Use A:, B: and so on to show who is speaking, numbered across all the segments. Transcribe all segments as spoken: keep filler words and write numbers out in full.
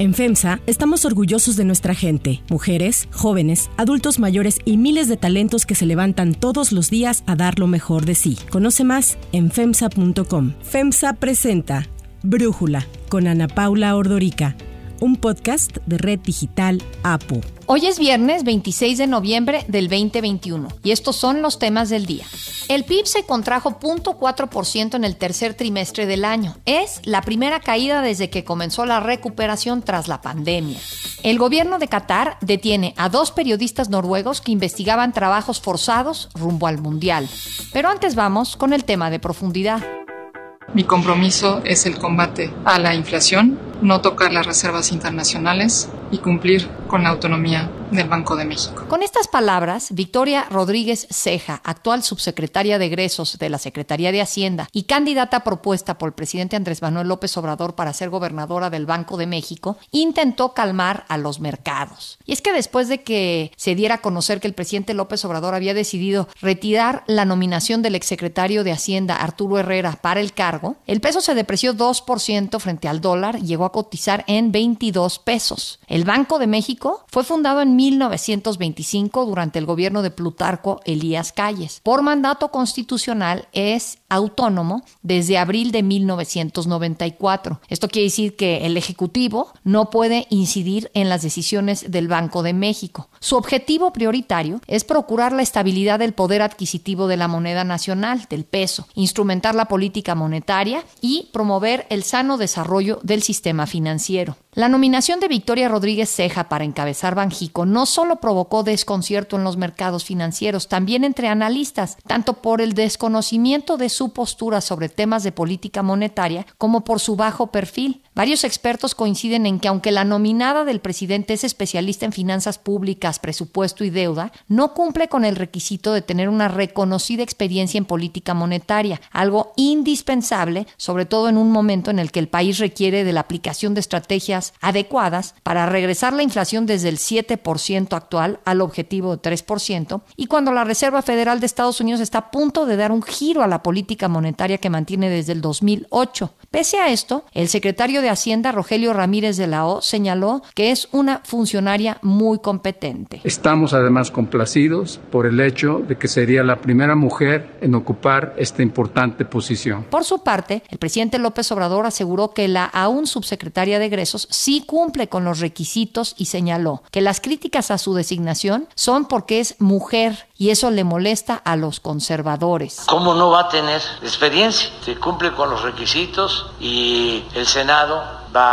A: En FEMSA estamos orgullosos de nuestra gente, mujeres, jóvenes, adultos mayores y miles de talentos que se levantan todos los días a dar lo mejor de sí. Conoce más en femsa punto com. FEMSA presenta Brújula con Ana Paula Ordorica, un podcast de Red Digital A P U.
B: Hoy es viernes veintiséis de noviembre del veinte veintiuno y estos son los temas del día. El P I B se contrajo cero punto cuatro por ciento en el tercer trimestre del año. Es la primera caída desde que comenzó la recuperación tras la pandemia. El gobierno de Qatar detiene a dos periodistas noruegos que investigaban trabajos forzados rumbo al Mundial. Pero antes vamos con el tema de profundidad.
C: Mi compromiso es el combate a la inflación, no tocar las reservas internacionales y cumplir con la autonomía del Banco de México.
B: Con estas palabras, Victoria Rodríguez Ceja, actual subsecretaria de Egresos de la Secretaría de Hacienda y candidata propuesta por el presidente Andrés Manuel López Obrador para ser gobernadora del Banco de México, intentó calmar a los mercados. Y es que después de que se diera a conocer que el presidente López Obrador había decidido retirar la nominación del exsecretario de Hacienda Arturo Herrera para el cargo, el peso se depreció dos por ciento frente al dólar y llegó a cotizar en veintidós pesos. El Banco de México fue fundado en mil novecientos veinticinco durante el gobierno de Plutarco Elías Calles. Por mandato constitucional es autónomo desde abril de mil novecientos noventa y cuatro. Esto quiere decir que el Ejecutivo no puede incidir en las decisiones del Banco de México. Su objetivo prioritario es procurar la estabilidad del poder adquisitivo de la moneda nacional, del peso, instrumentar la política monetaria y promover el sano desarrollo del sistema financiero. La nominación de Victoria Rodríguez Ceja para encabezar Banjico no solo provocó desconcierto en los mercados financieros, también entre analistas, tanto por el desconocimiento de su postura sobre temas de política monetaria como por su bajo perfil. Varios expertos coinciden en que aunque la nominada del presidente es especialista en finanzas públicas, presupuesto y deuda, no cumple con el requisito de tener una reconocida experiencia en política monetaria, algo indispensable, sobre todo en un momento en el que el país requiere de la aplicación de estrategias adecuadas para regresar la inflación desde el siete por ciento actual al objetivo de tres por ciento y cuando la Reserva Federal de Estados Unidos está a punto de dar un giro a la política monetaria que mantiene desde el dos mil ocho. Pese a esto, el secretario de Hacienda, Rogelio Ramírez de la O, señaló que es una funcionaria muy competente.
D: Estamos además complacidos por el hecho de que sería la primera mujer en ocupar esta importante posición.
B: Por su parte, el presidente López Obrador aseguró que la aún subsecretaria de Egresos sí cumple con los requisitos y señaló que las críticas a su designación son porque es mujer y eso le molesta a los conservadores.
E: ¿Cómo no va a tener experiencia? Se cumple con los requisitos y el Senado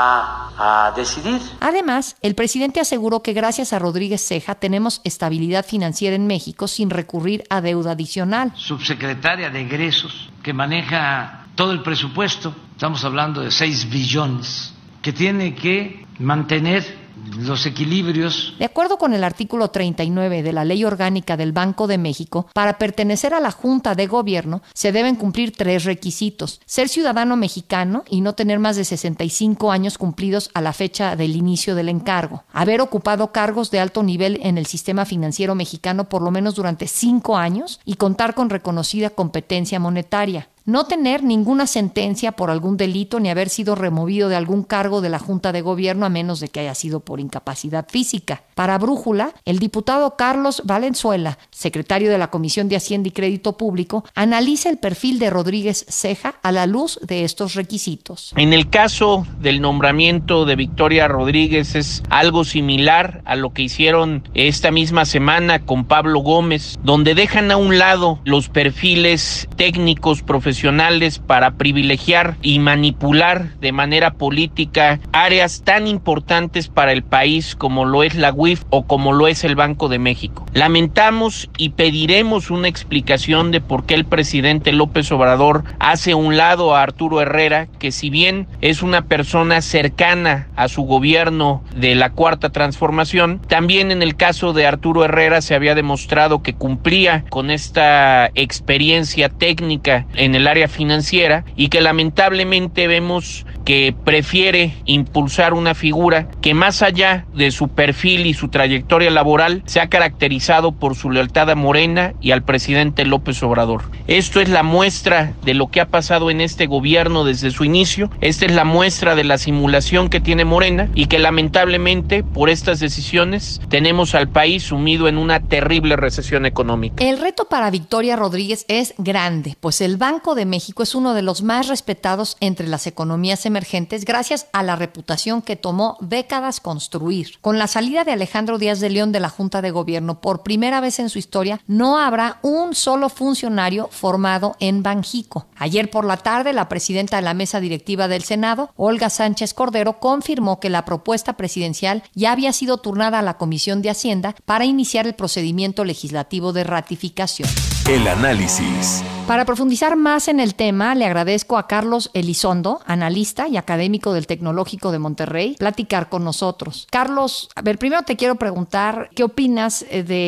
E: va a decidir.
B: Además, el presidente aseguró que gracias a Rodríguez Ceja tenemos estabilidad financiera en México sin recurrir a deuda adicional.
E: Subsecretaria de Egresos, que maneja todo el presupuesto, estamos hablando de seis billones, que tiene que mantener los equilibrios.
B: De acuerdo con el artículo treinta y nueve de la Ley Orgánica del Banco de México, para pertenecer a la Junta de Gobierno se deben cumplir tres requisitos: ser ciudadano mexicano y no tener más de sesenta y cinco años cumplidos a la fecha del inicio del encargo, haber ocupado cargos de alto nivel en el sistema financiero mexicano por lo menos durante cinco años y contar con reconocida competencia monetaria. No tener ninguna sentencia por algún delito ni haber sido removido de algún cargo de la Junta de Gobierno a menos de que haya sido por incapacidad física. Para Brújula, el diputado Carlos Valenzuela, secretario de la Comisión de Hacienda y Crédito Público, analiza el perfil de Rodríguez Ceja a la luz de estos requisitos.
F: En el caso del nombramiento de Victoria Rodríguez es algo similar a lo que hicieron esta misma semana con Pablo Gómez, donde dejan a un lado los perfiles técnicos profesionales para privilegiar y manipular de manera política áreas tan importantes para el país como lo es la U I F o como lo es el Banco de México. Lamentamos y pediremos una explicación de por qué el presidente López Obrador hace a un lado a Arturo Herrera, que si bien es una persona cercana a su gobierno de la Cuarta Transformación, también en el caso de Arturo Herrera se había demostrado que cumplía con esta experiencia técnica en el área financiera y que lamentablemente vemos que prefiere impulsar una figura que más allá de su perfil y su trayectoria laboral se ha caracterizado por su lealtad a Morena y al presidente López Obrador. Esto es la muestra de lo que ha pasado en este gobierno desde su inicio. Esta es la muestra de la simulación que tiene Morena y que lamentablemente por estas decisiones tenemos al país sumido en una terrible recesión económica.
B: El reto para Victoria Rodríguez es grande, pues el Banco de México es uno de los más respetados entre las economías emergentes gracias a la reputación que tomó décadas construir. Con la salida de Alejandro Díaz de León de la Junta de Gobierno, por primera vez en su historia, no habrá un solo funcionario formado en Banjico. Ayer por la tarde, la presidenta de la mesa directiva del Senado, Olga Sánchez Cordero, confirmó que la propuesta presidencial ya había sido turnada a la Comisión de Hacienda para iniciar el procedimiento legislativo de ratificación.
G: El análisis.
B: Para profundizar más en el tema, le agradezco a Carlos Elizondo, analista y académico del Tecnológico de Monterrey, platicar con nosotros. Carlos, a ver, primero te quiero preguntar, ¿qué opinas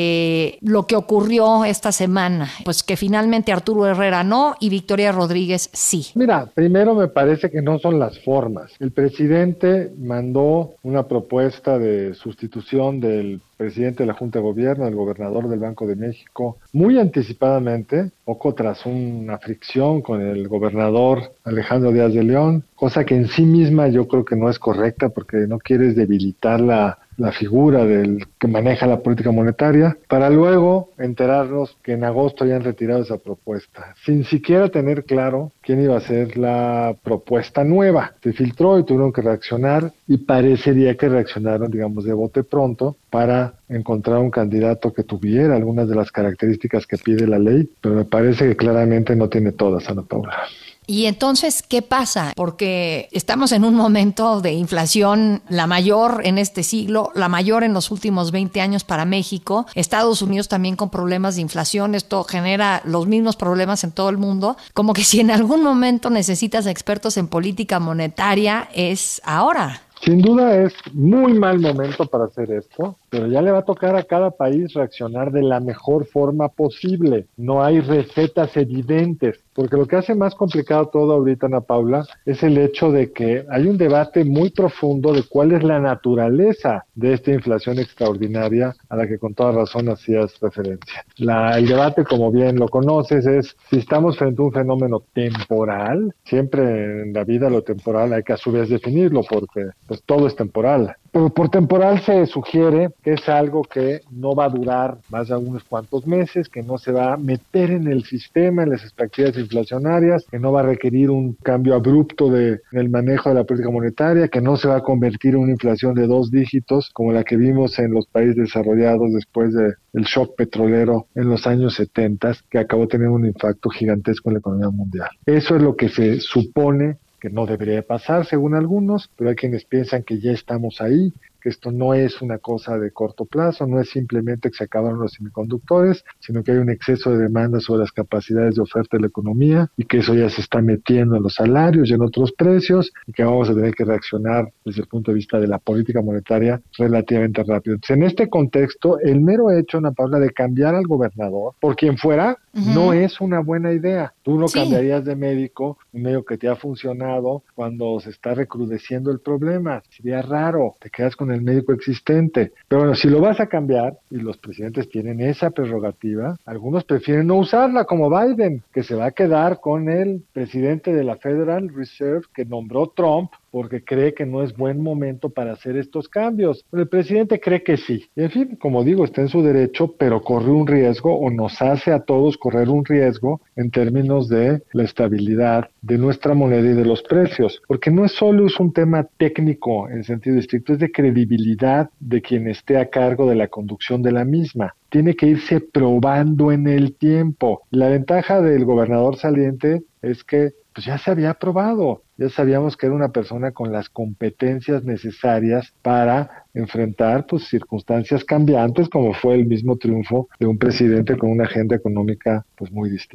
B: de lo que ocurrió esta semana? Pues que finalmente Arturo Herrera no y Victoria Rodríguez sí.
H: Mira, primero me parece que no son las formas. El presidente mandó una propuesta de sustitución del presidente de la Junta de Gobierno, el gobernador del Banco de México, muy anticipadamente, poco tras una fricción con el gobernador Alejandro Díaz de León, cosa que en sí misma yo creo que no es correcta porque no quieres debilitar la, la figura del que maneja la política monetaria, para luego enterarnos que en agosto ya han retirado esa propuesta, sin siquiera tener claro quién iba a ser la propuesta nueva. Se filtró y tuvieron que reaccionar y parecería que reaccionaron, digamos, de bote pronto para encontrar un candidato que tuviera algunas de las características que pide la ley, pero me parece que claramente no tiene todas, Ana Paula.
B: Y entonces, ¿qué pasa? Porque estamos en un momento de inflación, la mayor en este siglo, la mayor en los últimos veinte años para México. Estados Unidos también con problemas de inflación. Esto genera los mismos problemas en todo el mundo. Como que si en algún momento necesitas expertos en política monetaria, es ahora.
H: Sin duda es muy mal momento para hacer esto, pero ya le va a tocar a cada país reaccionar de la mejor forma posible. No hay recetas evidentes, porque lo que hace más complicado todo ahorita, Ana Paula, es el hecho de que hay un debate muy profundo de cuál es la naturaleza de esta inflación extraordinaria a la que con toda razón hacías referencia. La, el debate, como bien lo conoces, es si estamos frente a un fenómeno temporal. Siempre en la vida lo temporal hay que a su vez definirlo, porque pues todo es temporal. Pero por temporal se sugiere que es algo que no va a durar más de unos cuantos meses, que no se va a meter en el sistema, en las expectativas inflacionarias, que no va a requerir un cambio abrupto de, en el manejo de la política monetaria, que no se va a convertir en una inflación de dos dígitos como la que vimos en los países desarrollados después de, del shock petrolero en los años setenta, que acabó teniendo un impacto gigantesco en la economía mundial. Eso es lo que se supone que no debería pasar según algunos, pero hay quienes piensan que ya estamos ahí, que esto no es una cosa de corto plazo, no es simplemente que se acabaron los semiconductores, sino que hay un exceso de demanda sobre las capacidades de oferta de la economía y que eso ya se está metiendo en los salarios y en otros precios y que vamos a tener que reaccionar desde el punto de vista de la política monetaria relativamente rápido. Entonces, en este contexto, el mero hecho, Ana Paula, de cambiar al gobernador, por quien fuera, uh-huh. no es una buena idea. Tú no sí. cambiarías de médico, un médico que te ha funcionado cuando se está recrudeciendo el problema. Sería raro, te quedas con el médico existente. Pero bueno, si lo vas a cambiar, y los presidentes tienen esa prerrogativa, algunos prefieren no usarla, como Biden, que se va a quedar con el presidente de la Federal Reserve que nombró Trump, porque cree que no es buen momento para hacer estos cambios. Pero el presidente cree que sí. Y en fin, como digo, está en su derecho, pero corre un riesgo o nos hace a todos correr un riesgo en términos de la estabilidad de nuestra moneda y de los precios. Porque no es solo es un tema técnico en sentido estricto, es de credibilidad de quien esté a cargo de la conducción de la misma. Tiene que irse probando en el tiempo. La ventaja del gobernador saliente es que pues ya se había probado, ya sabíamos que era una persona con las competencias necesarias para enfrentar pues circunstancias cambiantes, como fue el mismo triunfo de un presidente con una agenda económica pues muy distinta.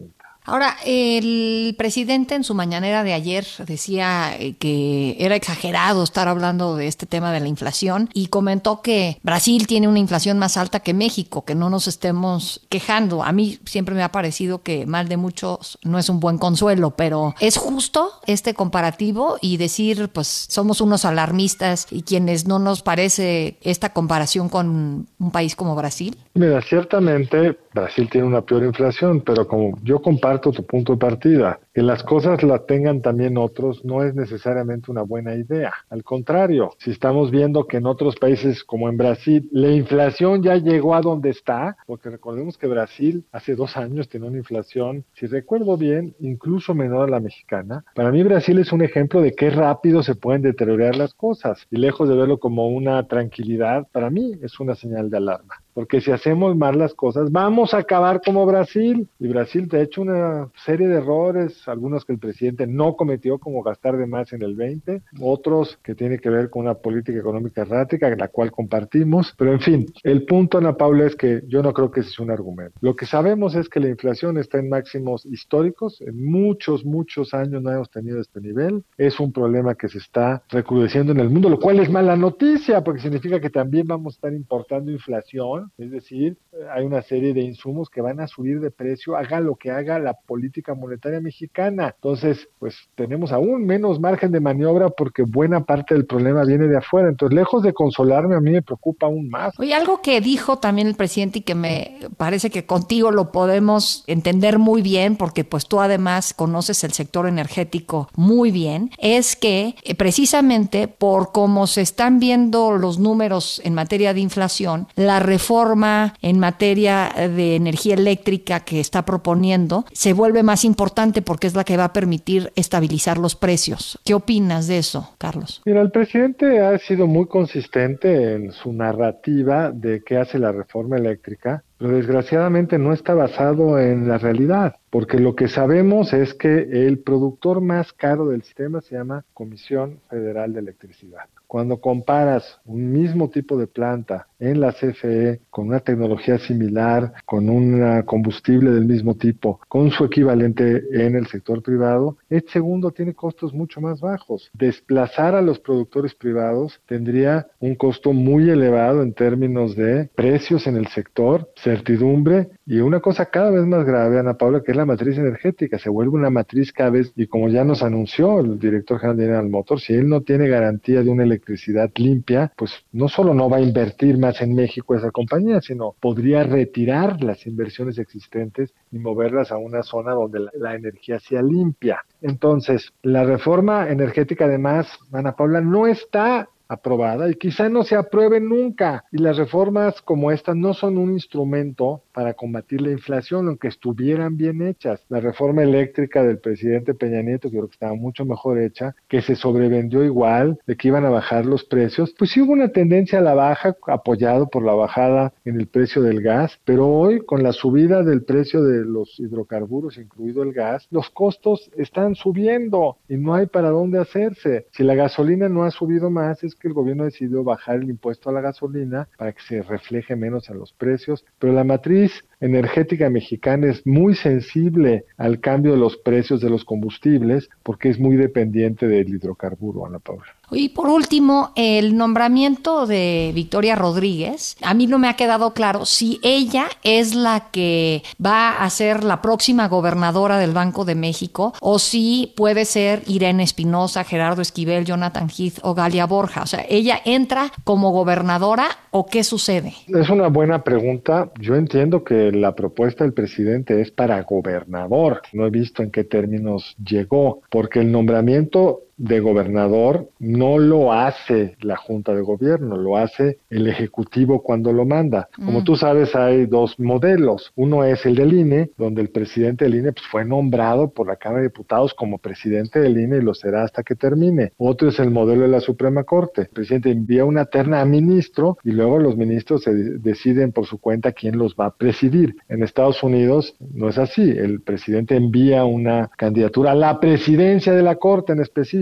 B: Ahora, el presidente en su mañanera de ayer decía que era exagerado estar hablando de este tema de la inflación y comentó que Brasil tiene una inflación más alta que México, que no nos estemos quejando. A mí siempre me ha parecido que mal de muchos no es un buen consuelo, pero ¿es justo este comparativo y decir, pues somos unos alarmistas y quienes no nos parece esta comparación con un país como Brasil?
H: Mira, ciertamente Brasil tiene una peor inflación, pero como yo comparto tu punto de partida, que las cosas las tengan también otros no es necesariamente una buena idea. Al contrario, si estamos viendo que en otros países como en Brasil la inflación ya llegó a donde está, porque recordemos que Brasil hace dos años tenía una inflación, si recuerdo bien, incluso menor a la mexicana. Para mí Brasil es un ejemplo de qué rápido se pueden deteriorar las cosas y lejos de verlo como una tranquilidad, para mí es una señal de alarma. Porque si hacemos mal las cosas, vamos a acabar como Brasil. Y Brasil te ha hecho una serie de errores, algunos que el presidente no cometió, como gastar de más en el veinte, otros que tienen que ver con una política económica errática, la cual compartimos. Pero en fin, el punto, Ana Paula, es que yo no creo que ese sea un argumento. Lo que sabemos es que la inflación está en máximos históricos. En muchos, muchos años no hemos tenido este nivel. Es un problema que se está recrudeciendo en el mundo, lo cual es mala noticia, porque significa que también vamos a estar importando inflación. Es decir, hay una serie de insumos que van a subir de precio, haga lo que haga la política monetaria mexicana. Entonces, pues tenemos aún menos margen de maniobra porque buena parte del problema viene de afuera. Entonces, lejos de consolarme, a mí me preocupa aún más.
B: Oye, algo que dijo también el presidente y que me parece que contigo lo podemos entender muy bien, porque pues tú además conoces el sector energético muy bien, es que eh, precisamente por cómo se están viendo los números en materia de inflación, la reforma en materia de energía eléctrica que está proponiendo se vuelve más importante porque es la que va a permitir estabilizar los precios. ¿Qué opinas de eso, Carlos?
H: Mira, el presidente ha sido muy consistente en su narrativa de qué hace la reforma eléctrica, pero desgraciadamente no está basado en la realidad, porque lo que sabemos es que el productor más caro del sistema se llama Comisión Federal de Electricidad. Cuando comparas un mismo tipo de planta en la C F E con una tecnología similar, con un combustible del mismo tipo, con su equivalente en el sector privado, este segundo tiene costos mucho más bajos. Desplazar a los productores privados tendría un costo muy elevado en términos de precios en el sector, certidumbre y una cosa cada vez más grave, Ana Paula, que es la matriz energética. Se vuelve una matriz cada vez, y como ya nos anunció el director general de General Motors, si él no tiene garantía de una electricidad limpia, pues no solo no va a invertir más en México esa compañía, sino podría retirar las inversiones existentes y moverlas a una zona donde la, la energía sea limpia. Entonces, la reforma energética además, Ana Paula, no está aprobada y quizá no se apruebe nunca. Y las reformas como esta no son un instrumento para combatir la inflación, aunque estuvieran bien hechas. La reforma eléctrica del presidente Peña Nieto, que creo que estaba mucho mejor hecha, que se sobrevendió igual, de que iban a bajar los precios, pues sí hubo una tendencia a la baja, apoyado por la bajada en el precio del gas, pero hoy con la subida del precio de los hidrocarburos, incluido el gas, los costos están subiendo y no hay para dónde hacerse. Si la gasolina no ha subido más, es que el gobierno decidió bajar el impuesto a la gasolina para que se refleje menos en los precios, pero la matriz energética mexicana es muy sensible al cambio de los precios de los combustibles porque es muy dependiente del hidrocarburo, Ana Paula.
B: Y por último, el nombramiento de Victoria Rodríguez, a mí no me ha quedado claro si ella es la que va a ser la próxima gobernadora del Banco de México o si puede ser Irene Espinosa, Gerardo Esquivel, Jonathan Heath o Galia Borja. O sea, ¿ella entra como gobernadora o qué sucede?
H: Es una buena pregunta. Yo entiendo que la propuesta del presidente es para gobernador. No he visto en qué términos llegó, porque el nombramiento de gobernador no lo hace la Junta de Gobierno, lo hace el Ejecutivo cuando lo manda. Como mm. tú sabes, hay dos modelos. Uno es el del I N E, donde el presidente del I N E pues, fue nombrado por la Cámara de Diputados como presidente del I N E y lo será hasta que termine. Otro es el modelo de la Suprema Corte. El presidente envía una terna a ministro y luego los ministros se deciden por su cuenta quién los va a presidir. En Estados Unidos no es así. El presidente envía una candidatura a la presidencia de la Corte en específico.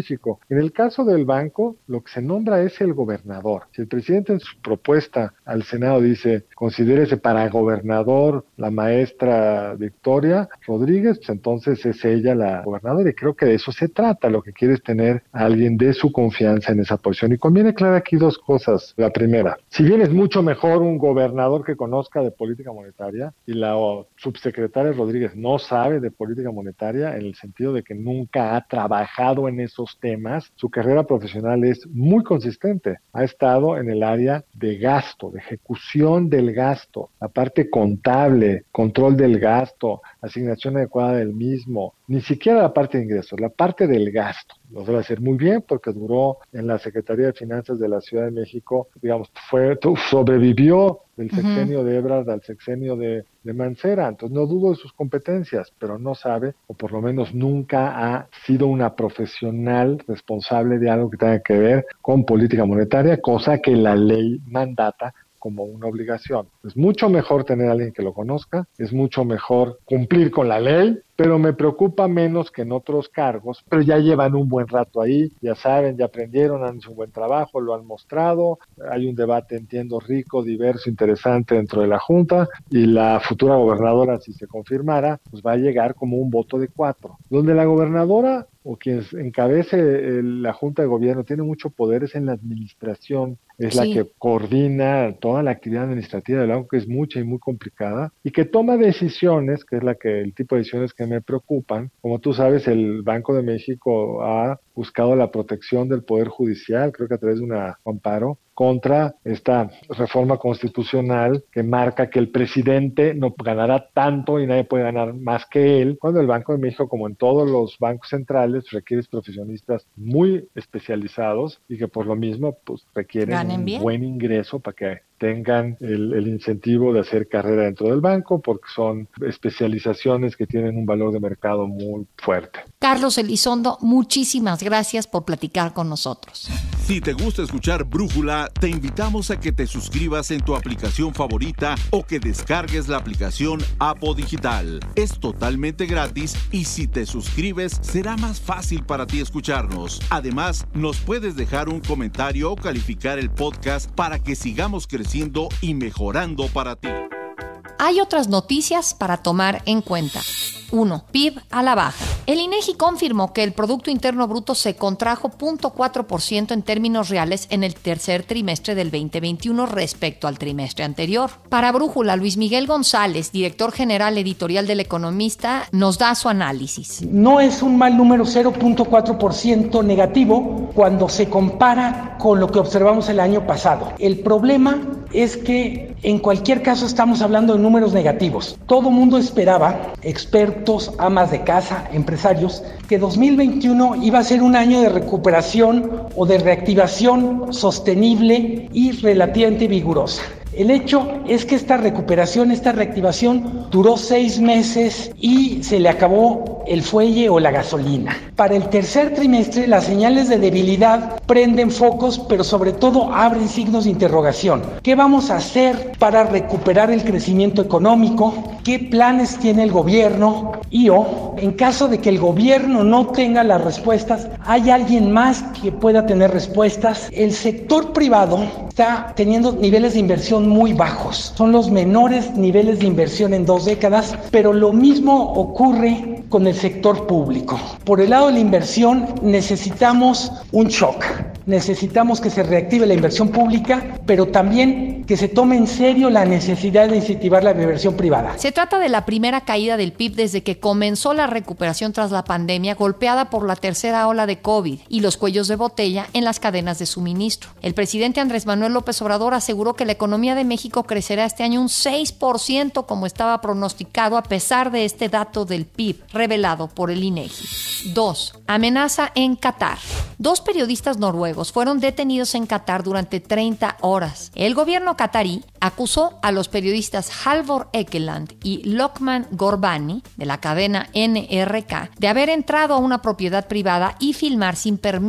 H: específico. En el caso del banco, lo que se nombra es el gobernador. Si el presidente en su propuesta al Senado dice, considérese para gobernador la maestra Victoria Rodríguez, pues entonces es ella la gobernadora, y creo que de eso se trata. Lo que quiere es tener a alguien de su confianza en esa posición. Y conviene aclarar aquí dos cosas. La primera, si bien es mucho mejor un gobernador que conozca de política monetaria, y la oh, subsecretaria Rodríguez no sabe de política monetaria en el sentido de que nunca ha trabajado en esos temas, su carrera profesional es muy consistente. Ha estado en el área de gasto, de ejecución del gasto, la parte contable, control del gasto, asignación adecuada del mismo, ni siquiera la parte de ingresos, la parte del gasto. Lo debe hacer muy bien porque duró en la Secretaría de Finanzas de la Ciudad de México, digamos, fue sobrevivió del sexenio uh-huh. de Ebrard al sexenio de, de Mancera. Entonces no dudo de sus competencias, pero no sabe, o por lo menos nunca ha sido una profesional responsable de algo que tenga que ver con política monetaria, cosa que la ley mandata como una obligación. Es mucho mejor tener a alguien que lo conozca, es mucho mejor cumplir con la ley, pero me preocupa menos que en otros cargos, pero ya llevan un buen rato ahí, ya saben, ya aprendieron, han hecho un buen trabajo, lo han mostrado, hay un debate, entiendo, rico, diverso, interesante dentro de la Junta, y la futura gobernadora, si se confirmara, pues va a llegar como un voto de cuatro, donde la gobernadora o quien encabece el, la Junta de Gobierno tiene mucho poder es en la administración, es sí. la que coordina toda la actividad administrativa del banco, que es mucha y muy complicada, y que toma decisiones, que es la que el tipo de decisiones que me preocupan. Como tú sabes, el Banco de México ha buscado la protección del Poder Judicial, creo que a través de un amparo, contra esta reforma constitucional que marca que el presidente no ganará tanto y nadie puede ganar más que él, cuando el Banco de México, como en todos los bancos centrales, requiere profesionistas muy especializados y que por lo mismo pues requieren Ganen un bien. buen ingreso para que tengan el, el incentivo de hacer carrera dentro del banco, porque son especializaciones que tienen un valor de mercado muy fuerte.
B: Carlos Elizondo, muchísimas gracias por platicar con nosotros.
G: Si te gusta escuchar Brújula, te invitamos a que te suscribas en tu aplicación favorita o que descargues la aplicación Apo Digital. Es totalmente gratis y si te suscribes será más fácil para ti escucharnos. Además, nos puedes dejar un comentario o calificar el podcast para que sigamos creciendo y mejorando para ti.
B: Hay otras noticias para tomar en cuenta. uno. P I B a la baja. El INEGI confirmó que el Producto Interno Bruto se contrajo cero punto cuatro por ciento en términos reales en el tercer trimestre del veinte veintiuno respecto al trimestre anterior. Para Brújula, Luis Miguel González, director general editorial del Economista, nos da su análisis.
I: No es un mal número cero punto cuatro por ciento negativo cuando se compara con lo que observamos el año pasado. El problema es que en cualquier caso estamos hablando de números negativos. Todo mundo esperaba, expertos, amas de casa, empresarios, que dos mil veintiuno iba a ser un año de recuperación o de reactivación sostenible y relativamente vigorosa. El hecho es que esta recuperación, esta reactivación duró seis meses y se le acabó el fuelle o la gasolina. Para el tercer trimestre, las señales de debilidad prenden focos, pero sobre todo abren signos de interrogación. ¿Qué vamos a hacer para recuperar el crecimiento económico? ¿Qué planes tiene el gobierno? Y o, en caso de que el gobierno no tenga las respuestas, ¿hay alguien más que pueda tener respuestas? El sector privado está teniendo niveles de inversión muy bajos. Son los menores niveles de inversión en dos décadas, pero lo mismo ocurre con el sector público. Por el lado de la inversión necesitamos un shock. Necesitamos que se reactive la inversión pública, pero también que se tome en serio la necesidad de incentivar la inversión privada.
B: Se trata de la primera caída del P I B desde que comenzó la recuperación tras la pandemia, golpeada por la tercera ola de COVID y los cuellos de botella en las cadenas de suministro. El presidente Andrés Manuel López Obrador aseguró que la economía de México crecerá este año un seis por ciento como estaba pronosticado a pesar de este dato del P I B revelado por el INEGI. dos. Amenaza en Qatar. Dos periodistas noruegos fueron detenidos en Qatar durante treinta horas. El gobierno qatarí acusó a los periodistas Halvor Ekeland y Lokman Gorbani de la cadena N R K de haber entrado a una propiedad privada y filmar sin permiso.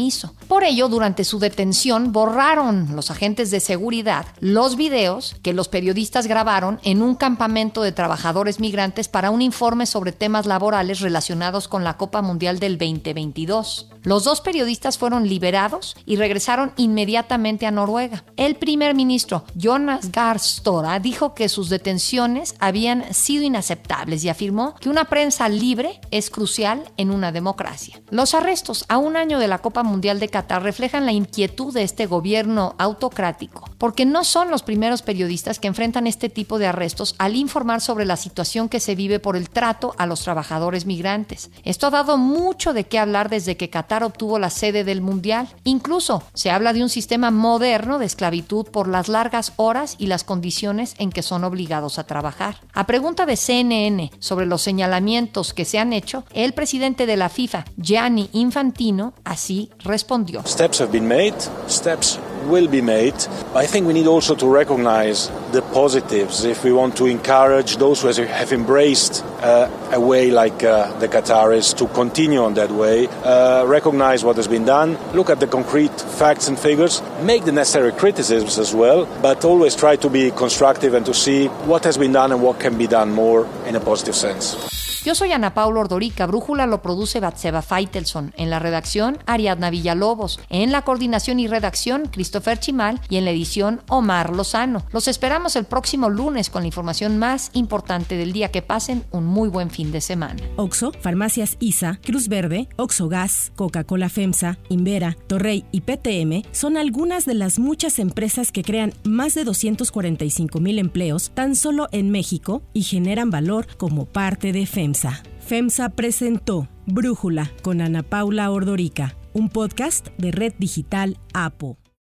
B: Por ello, durante su detención, borraron los agentes de seguridad los videos que los periodistas grabaron en un campamento de trabajadores migrantes para un informe sobre temas laborales relacionados con la Copa Mundial del veinte veintidós. Los dos periodistas fueron liberados y regresaron inmediatamente a Noruega. El primer ministro Jonas Gahr Støre dijo que sus detenciones habían sido inaceptables y afirmó que una prensa libre es crucial en una democracia. Los arrestos a un año de la Copa Mundial de Qatar reflejan la inquietud de este gobierno autocrático, porque no son los primeros periodistas que enfrentan este tipo de arrestos al informar sobre la situación que se vive por el trato a los trabajadores migrantes. Esto ha dado mucho de qué hablar desde que Qatar obtuvo la sede del Mundial. Incluso se habla de un sistema moderno de esclavitud por las largas horas y las condiciones en que son obligados a trabajar. A pregunta de C N N sobre los señalamientos que se han hecho, el presidente de la FIFA, Gianni Infantino, así respondió.
J: Steps have been made, steps will be made. I think we need also to recognize the positives if we want to encourage those who have embraced uh, a way like uh, the Qataris to continue on that way, uh, recognize what has been done, look at the concrete facts and figures, make the necessary criticisms as well, but always try to be constructive and to see what has been done and what can be done more in a positive sense.
B: Yo soy Ana Paula Ordorica. Brújula lo produce Batseba Feitelson. En la redacción, Ariadna Villalobos. En la coordinación y redacción, Christopher Chimal. Y en la edición, Omar Lozano. Los esperamos el próximo lunes con la información más importante del día. Que pasen un muy buen fin de semana.
A: Oxxo, Farmacias I S A, Cruz Verde, Oxxo Gas, Coca-Cola FEMSA, Invera, Torrey y P T M son algunas de las muchas empresas que crean más de doscientos cuarenta y cinco mil empleos tan solo en México y generan valor como parte de FEMSA. FEMSA presentó Brújula con Ana Paula Ordorica, un podcast de Red Digital APO.